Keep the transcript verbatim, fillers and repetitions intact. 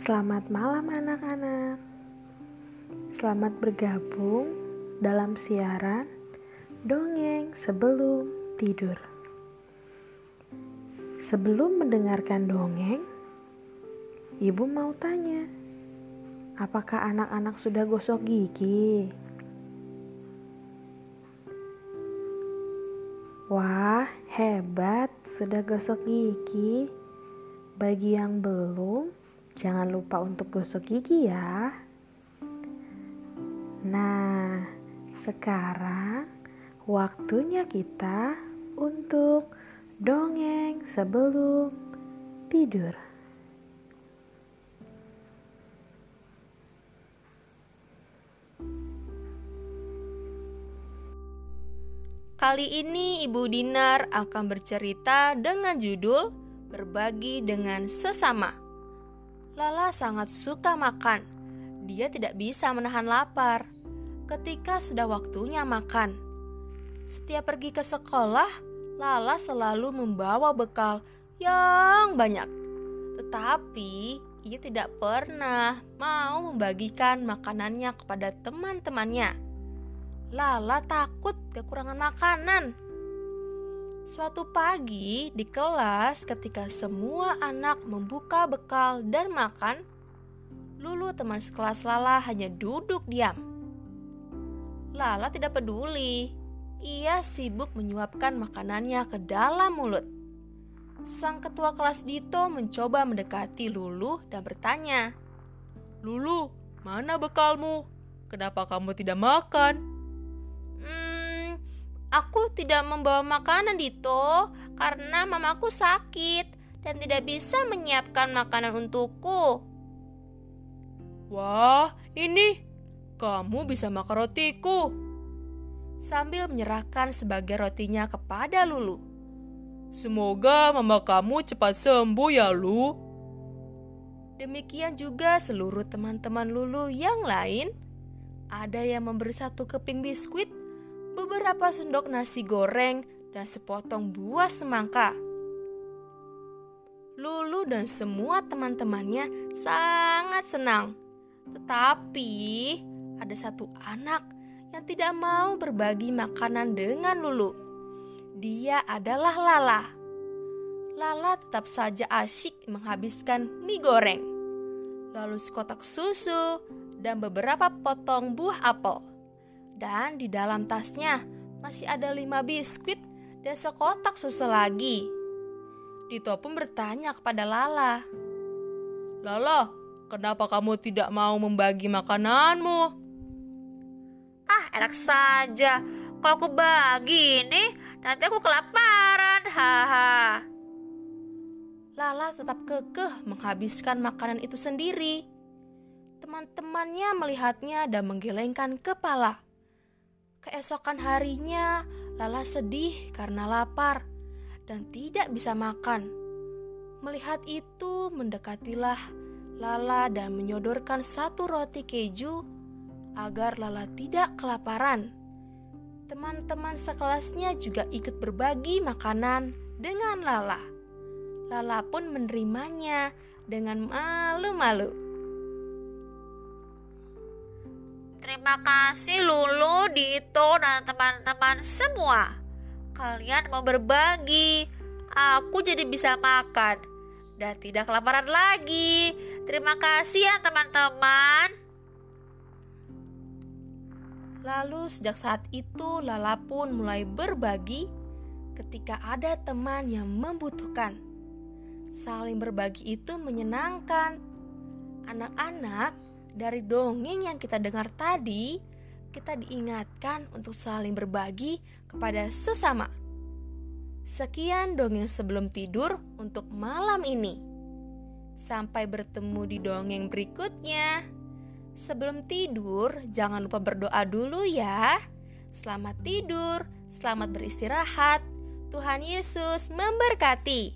Selamat malam anak-anak. Selamat bergabung dalam siaran Dongeng Sebelum Tidur. Sebelum mendengarkan dongeng, Ibu mau tanya, apakah anak-anak sudah gosok gigi? Wah, hebat, sudah gosok gigi. Bagi yang belum, jangan lupa untuk gosok gigi ya. Nah, sekarang waktunya kita untuk dongeng sebelum tidur. Kali ini Ibu Dinar akan bercerita dengan judul Berbagi dengan Sesama. Lala sangat suka makan. Dia tidak bisa menahan lapar ketika sudah waktunya makan. Setiap pergi ke sekolah, Lala selalu membawa bekal yang banyak. Tetapi ia tidak pernah mau membagikan makanannya kepada teman-temannya. Lala takut kekurangan makanan. Suatu pagi di kelas, ketika semua anak membuka bekal dan makan, Lulu teman sekelas Lala hanya duduk diam. Lala tidak peduli. Ia sibuk menyuapkan makanannya ke dalam mulut. Sang ketua kelas Dito mencoba mendekati Lulu dan bertanya, "Lulu, mana bekalmu? Kenapa kamu tidak makan?" Hmm, aku tidak membawa makanan, Dito, karena mamaku sakit dan tidak bisa menyiapkan makanan untukku. Wah, ini, kamu bisa makan rotiku. Sambil menyerahkan sebagai rotinya kepada Lulu. Semoga mama kamu cepat sembuh ya, Lu. Demikian juga seluruh teman-teman Lulu yang lain. Ada yang memberi satu keping biskuit, beberapa sendok nasi goreng, dan sepotong buah semangka. Lulu dan semua teman-temannya sangat senang. Tetapi ada satu anak yang tidak mau berbagi makanan dengan Lulu. Dia adalah Lala. Lala tetap saja asyik menghabiskan mie goreng, lalu sekotak susu, dan beberapa potong buah apel. Dan di dalam tasnya masih ada lima biskuit dan sekotak susu lagi. Dito pun bertanya kepada Lala, "Lala, kenapa kamu tidak mau membagi makananmu?" "Ah, enak saja. Kalau aku bagi ini, nanti aku kelaparan. Haha." Lala tetap kekeh menghabiskan makanan itu sendiri. Teman-temannya melihatnya dan menggelengkan kepala. Keesokan harinya, Lala sedih karena lapar dan tidak bisa makan. Melihat itu, mendekatilah Lala dan menyodorkan satu roti keju agar Lala tidak kelaparan. Teman-teman sekelasnya juga ikut berbagi makanan dengan Lala. Lala pun menerimanya dengan malu-malu. "Terima kasih Lulu, Dito, dan teman-teman semua. Kalian mau berbagi. Aku jadi bisa makan dan tidak kelaparan lagi. Terima kasih ya teman-teman." Lalu sejak saat itu Lala pun mulai berbagi ketika ada teman yang membutuhkan. Saling berbagi itu menyenangkan. Anak-anak, dari dongeng yang kita dengar tadi, kita diingatkan untuk saling berbagi kepada sesama. Sekian dongeng sebelum tidur untuk malam ini. Sampai bertemu di dongeng berikutnya. Sebelum tidur, jangan lupa berdoa dulu ya. Selamat tidur, selamat beristirahat. Tuhan Yesus memberkati.